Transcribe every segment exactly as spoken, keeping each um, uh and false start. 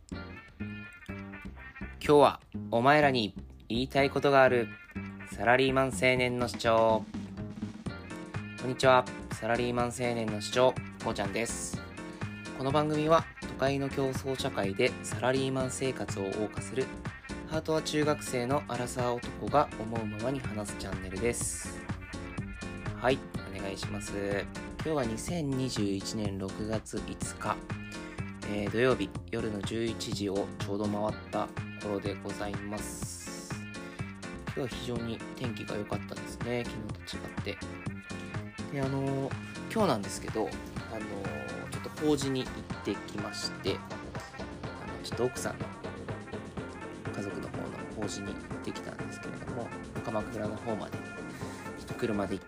今日はお前らに言いたいことがある。サラリーマン青年の主張。こんにちは。サラリーマン青年の主張、こうちゃんです。この番組は都会の競争社会でサラリーマン生活を謳歌するハートは中学生のアラサー男が思うままに話すチャンネルです。はい、お願いします。今日はにせんにじゅういちねんろくがついつか、えー、土曜日夜のじゅういちじをちょうど回った頃でございます。今日は非常に天気が良かったですね、昨日と違って。で、あのー、今日なんですけど、あのー、ちょっと法事に行ってきまして、あのちょっと奥さんの家族の方の法事に行ってきたんですけれども、鎌倉の方までちょっと車で行って、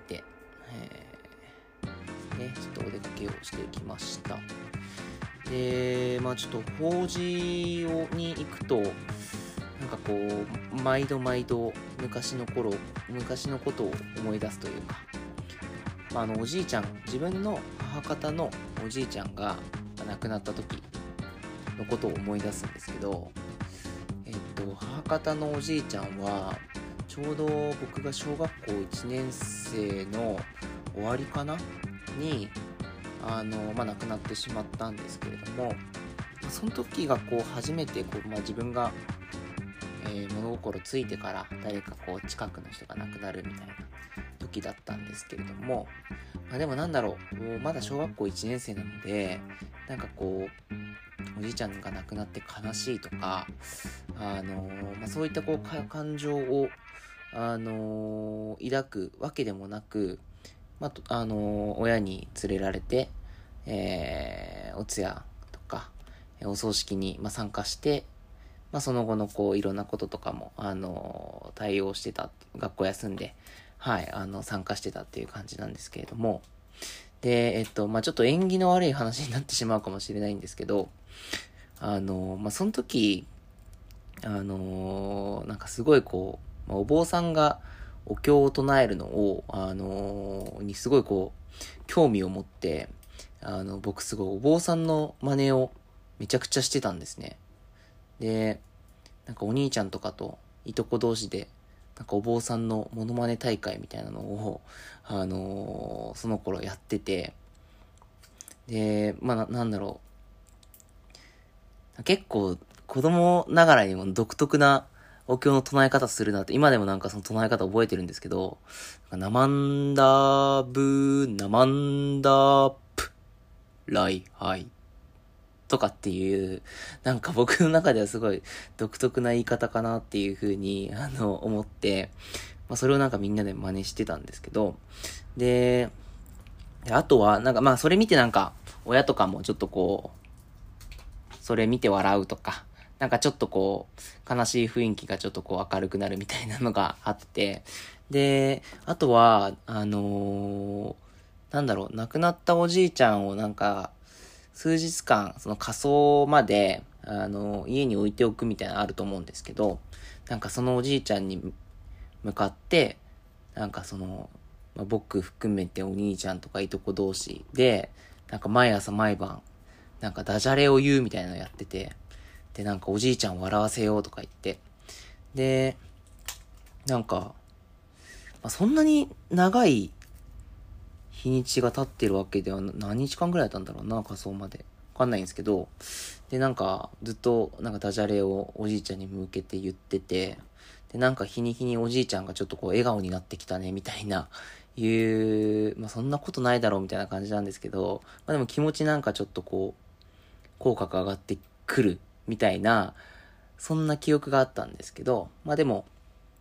えー、ね、ちょっとお出かけをしてきました。で、まあちょっと法事をに行くと、なんかこう毎度毎度昔の頃昔のことを思い出すというか、まあ、あのおじいちゃん自分の母方のおじいちゃんが亡くなった時のことを思い出すんですけど、えっと母方のおじいちゃんはちょうど僕が小学校いちねん生の終わりかなにあの、まあ、亡くなってしまったんですけれども、その時がこう初めてこう、まあ、自分がえー、物心ついてから誰かこう近くの人が亡くなるみたいな時だったんですけれども、まあ、でもなんだろう、まだ小学校いちねん生なので、なんかこうおじいちゃんが亡くなって悲しいとか、あのーまあ、そういったこう感情を、あのー抱くわけでもなく、まああのー親に連れられて、えー、お通夜とかお葬式に、まあ、参加して、まあ、その後のこういろんなこととかも、あのー、対応してた、学校休んで、はい、あの、参加してたっていう感じなんですけれども、で、えっと、まあ、ちょっと縁起の悪い話になってしまうかもしれないんですけど、あのー、まあ、その時、あのー、なんかすごいこう、まあ、お坊さんがお経を唱えるのを、あのー、にすごいこう、興味を持って、あの、僕すごいお坊さんの真似をめちゃくちゃしてたんですね。で、なんかお兄ちゃんとかといとこ同士で、なんかお坊さんのモノマネ大会みたいなのを、あのー、その頃やってて、で、まあな、なんだろう。結構子供ながらにも独特なお経の唱え方するなって、今でもなんかその唱え方覚えてるんですけど、ナマンダブー、ナマンダプ、ライハイ。とかっていう、なんか僕の中ではすごい独特な言い方かなっていう風に、あの、思って、まあそれをなんかみんなで真似してたんですけど、で、あとは、なんかまあそれ見てなんか、親とかもちょっとこう、それ見て笑うとか、なんかちょっとこう、悲しい雰囲気がちょっとこう明るくなるみたいなのがあって、で、あとは、あのー、なんだろう、亡くなったおじいちゃんをなんか、数日間、その火葬まで、あの、家に置いておくみたいなのあると思うんですけど、なんかそのおじいちゃんに向かって、なんかその、まあ、僕含めてお兄ちゃんとかいとこ同士で、なんか毎朝毎晩、なんかダジャレを言うみたいなのやってて、で、なんかおじいちゃんを笑わせようとか言って、で、なんか、まあ、そんなに長い日にちが経ってるわけでは何日間ぐらいだったんだろうな、火葬まで。わかんないんですけど、で、なんか、ずっと、なんかダジャレをおじいちゃんに向けて言ってて、で、なんか日に日におじいちゃんがちょっとこう、笑顔になってきたね、みたいな、いう、まあ、そんなことないだろう、みたいな感じなんですけど、まあ、でも気持ちなんかちょっとこう、口角上がってくる、みたいな、そんな記憶があったんですけど、まあでも、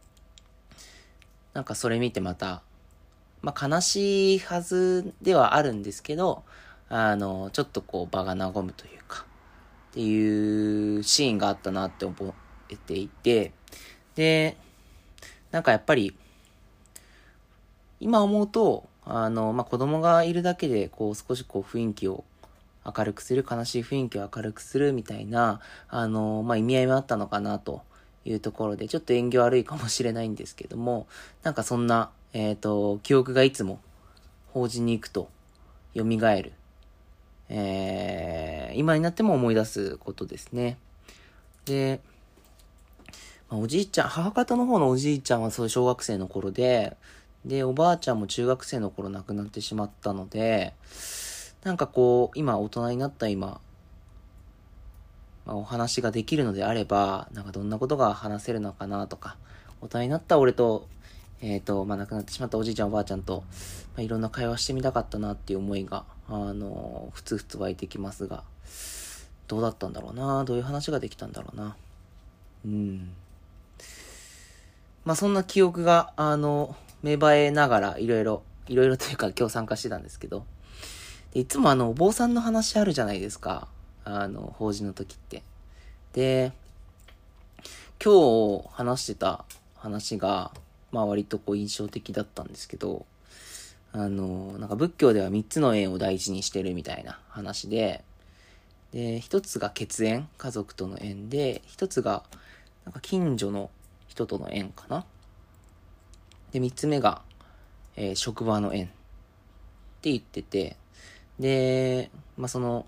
なんかそれ見てまた、まあ、悲しいはずではあるんですけど、あの、ちょっとこう場が和むというか、っていうシーンがあったなって思っていて、で、なんかやっぱり、今思うと、あの、まあ、子供がいるだけで、こう少しこう雰囲気を明るくする、悲しい雰囲気を明るくするみたいな、あの、まあ、意味合いもあったのかなというところで、ちょっと縁起悪いかもしれないんですけども、なんかそんな、えっと、記憶がいつも法事に行くと蘇る、えー、今になっても思い出すことですね。 で、まあ、おじいちゃん、母方の方のおじいちゃんはそういう小学生の頃で、で、おばあちゃんも中学生の頃亡くなってしまったので、なんかこう、今大人になった今、まあ、お話ができるのであれば、なんかどんなことが話せるのかなとか、大人になった俺と、えっと、まあ、亡くなってしまったおじいちゃんおばあちゃんと、まあ、いろんな会話してみたかったなっていう思いが、あの、ふつふつ湧いてきますが、どうだったんだろうな、どういう話ができたんだろうな。うん。まあ、そんな記憶が、あの、芽生えながら、いろいろ、いろいろというか今日参加してたんですけど、でいつもあの、お坊さんの話あるじゃないですか。あの、法事の時って。で、今日話してた話が、まあ割とこう印象的だったんですけど、あの、なんか仏教では三つの縁を大事にしてるみたいな話で、で、一つが血縁、家族との縁で、一つが、なんか近所の人との縁かな。で、三つ目が、えー職場の縁って言ってて、で、まあその、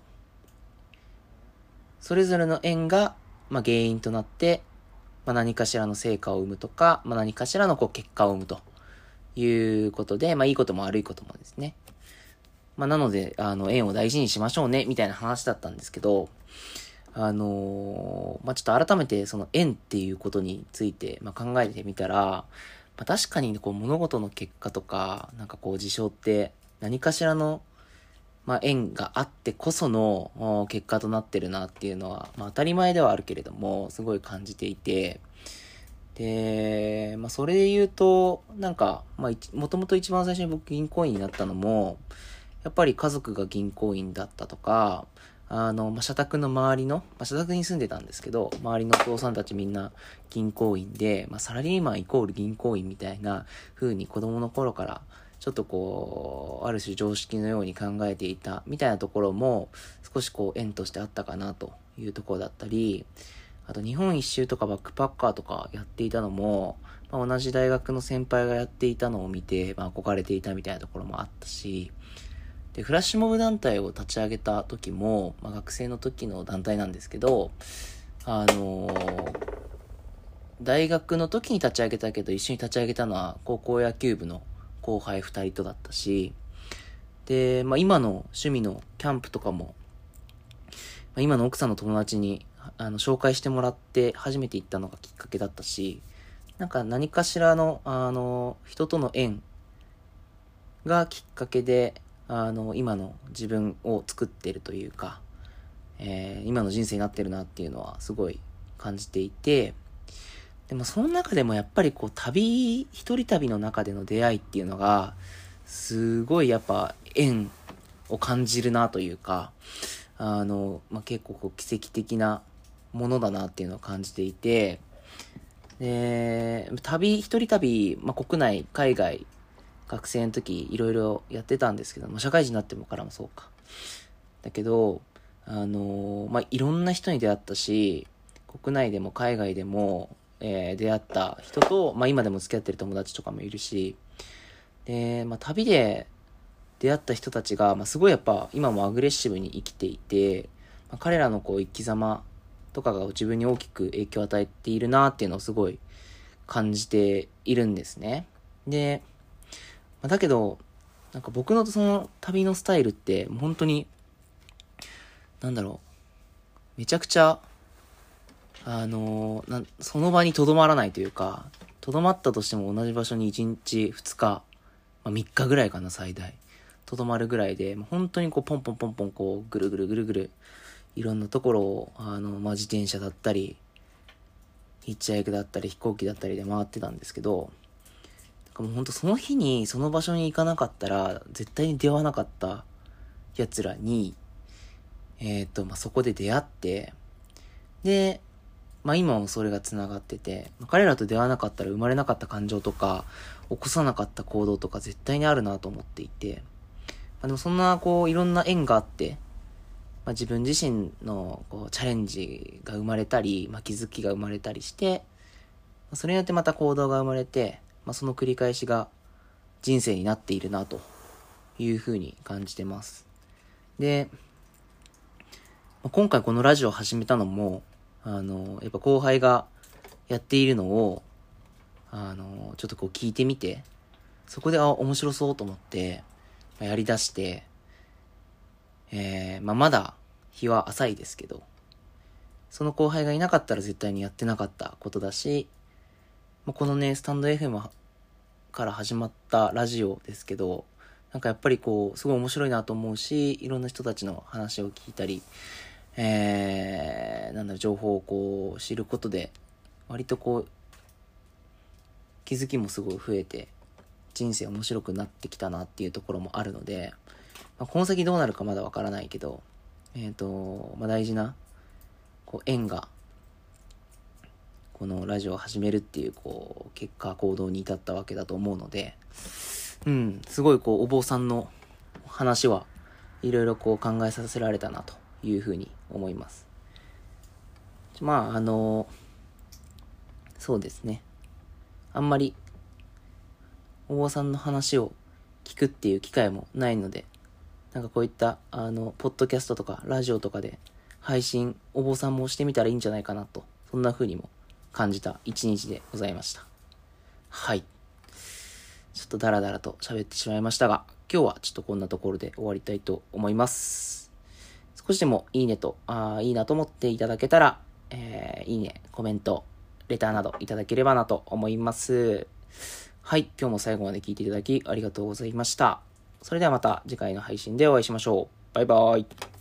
それぞれの縁が、まあ原因となって、まあ何かしらの成果を生むとか、まあ何かしらのこう結果を生むということで、まあいいことも悪いこともですね。まあなので、あの、縁を大事にしましょうね、みたいな話だったんですけど、あのー、まあちょっと改めてその縁っていうことについて、まあ、考えてみたら、まあ確かにこう物事の結果とか、なんかこう事象って何かしらのまあ、縁があってこその結果となってるなっていうのは、まあ、当たり前ではあるけれども、すごい感じていて、で、まあ、それで言うと、なんか、まあ、もともと一番最初に僕銀行員になったのも、やっぱり家族が銀行員だったとか、あの、まあ、社宅の周りの、まあ、社宅に住んでたんですけど、周りのお父さんたちみんな銀行員で、まあ、サラリーマンイコール銀行員みたいな風に子供の頃からちょっとこう、ある種常識のように考えていたみたいなところも少しこう縁としてあったかなというところだったり、あと日本一周とかバックパッカーとかやっていたのも、まあ、同じ大学の先輩がやっていたのを見て、まあ、憧れていたみたいなところもあったし、で、フラッシュモブ団体を立ち上げた時も、まあ、学生の時の団体なんですけど、あのー、大学の時に立ち上げたけど一緒に立ち上げたのは高校野球部の後輩ふたりとだったし、で、まあ、今の趣味のキャンプとかも、まあ、今の奥さんの友達にあの紹介してもらって初めて行ったのがきっかけだったし、なんか何かしらの、あの、人との縁がきっかけで、あの、今の自分を作っているというか、えー、今の人生になってるなっていうのはすごい感じていて、でもその中でもやっぱりこう旅、一人旅の中での出会いっていうのが、すごいやっぱ縁を感じるなというか、あの、まあ、結構こう奇跡的なものだなっていうのを感じていて、で、旅、一人旅、まあ、国内、海外、学生の時いろいろやってたんですけど、まあ、社会人になってもからもそうか。だけど、あの、まあ、いろんな人に出会ったし、国内でも海外でも、えー、出会った人と、まあ、今でも付き合ってる友達とかもいるし、で、まあ、旅で出会った人たちが、まあ、すごいやっぱ今もアグレッシブに生きていて、まあ、彼らのこう生き様とかが自分に大きく影響を与えているなっていうのをすごい感じているんですね。で、まあ、だけど、なんか僕のその旅のスタイルって本当に、なんだろう、めちゃくちゃ、あのー、なその場に留まらないというか、留まったとしても同じ場所にいちにちふつか、まあ、みっかぐらいかな最大留まるぐらいで、本当にこうポンポンポンポンこうぐるぐるぐるぐるいろんなところをあの、まあ、自転車だったりヒッチハイクだったり飛行機だったりで回ってたんですけど、だからもう本当その日にその場所に行かなかったら絶対に出会わなかった奴らにえっと、まあ、そこで出会ってでまあ今もそれが繋がってて、彼らと出会わなかったら生まれなかった感情とか、起こさなかった行動とか絶対にあるなと思っていて、まあ、でもそんなこういろんな縁があって、まあ、自分自身のこうチャレンジが生まれたり、まあ、気づきが生まれたりして、それによってまた行動が生まれて、まあ、その繰り返しが人生になっているなというふうに感じてます。で、まあ、今回このラジオを始めたのも、 あの、やっぱ後輩がやっているのを、あの、ちょっとこう聞いてみて、そこで、あ、面白そうと思って、やり出して、えー、まあ、まだ日は浅いですけど、その後輩がいなかったら絶対にやってなかったことだし、まあ、このね、スタンド エフエム から始まったラジオですけど、なんかやっぱりこう、すごい面白いなと思うし、いろんな人たちの話を聞いたり、えー、なんだろう、情報をこう、知ることで、割とこう、気づきもすごい増えて、人生面白くなってきたなっていうところもあるので、まあ、この先どうなるかまだわからないけど、えっと、まあ、大事な、こう、縁が、このラジオを始めるっていう、こう、結果、行動に至ったわけだと思うので、うん、すごいこう、お坊さんの話はいろいろこう考えさせられたなというふうに思います。まあ、あの、そうですね。あんまり、お坊さんの話を聞くっていう機会もないので、なんかこういった、あの、ポッドキャストとかラジオとかで配信、お坊さんもしてみたらいいんじゃないかなと、そんな風にも感じた一日でございました。はい。ちょっとダラダラと喋ってしまいましたが、今日はちょっとこんなところで終わりたいと思います。少しでもいいねと、あいいなと思っていただけたら、えー、いいね、コメント、レターなどいただければなと思います。はい、今日も最後まで聞いていただきありがとうございました。それではまた次回の配信でお会いしましょう。バイバーイ。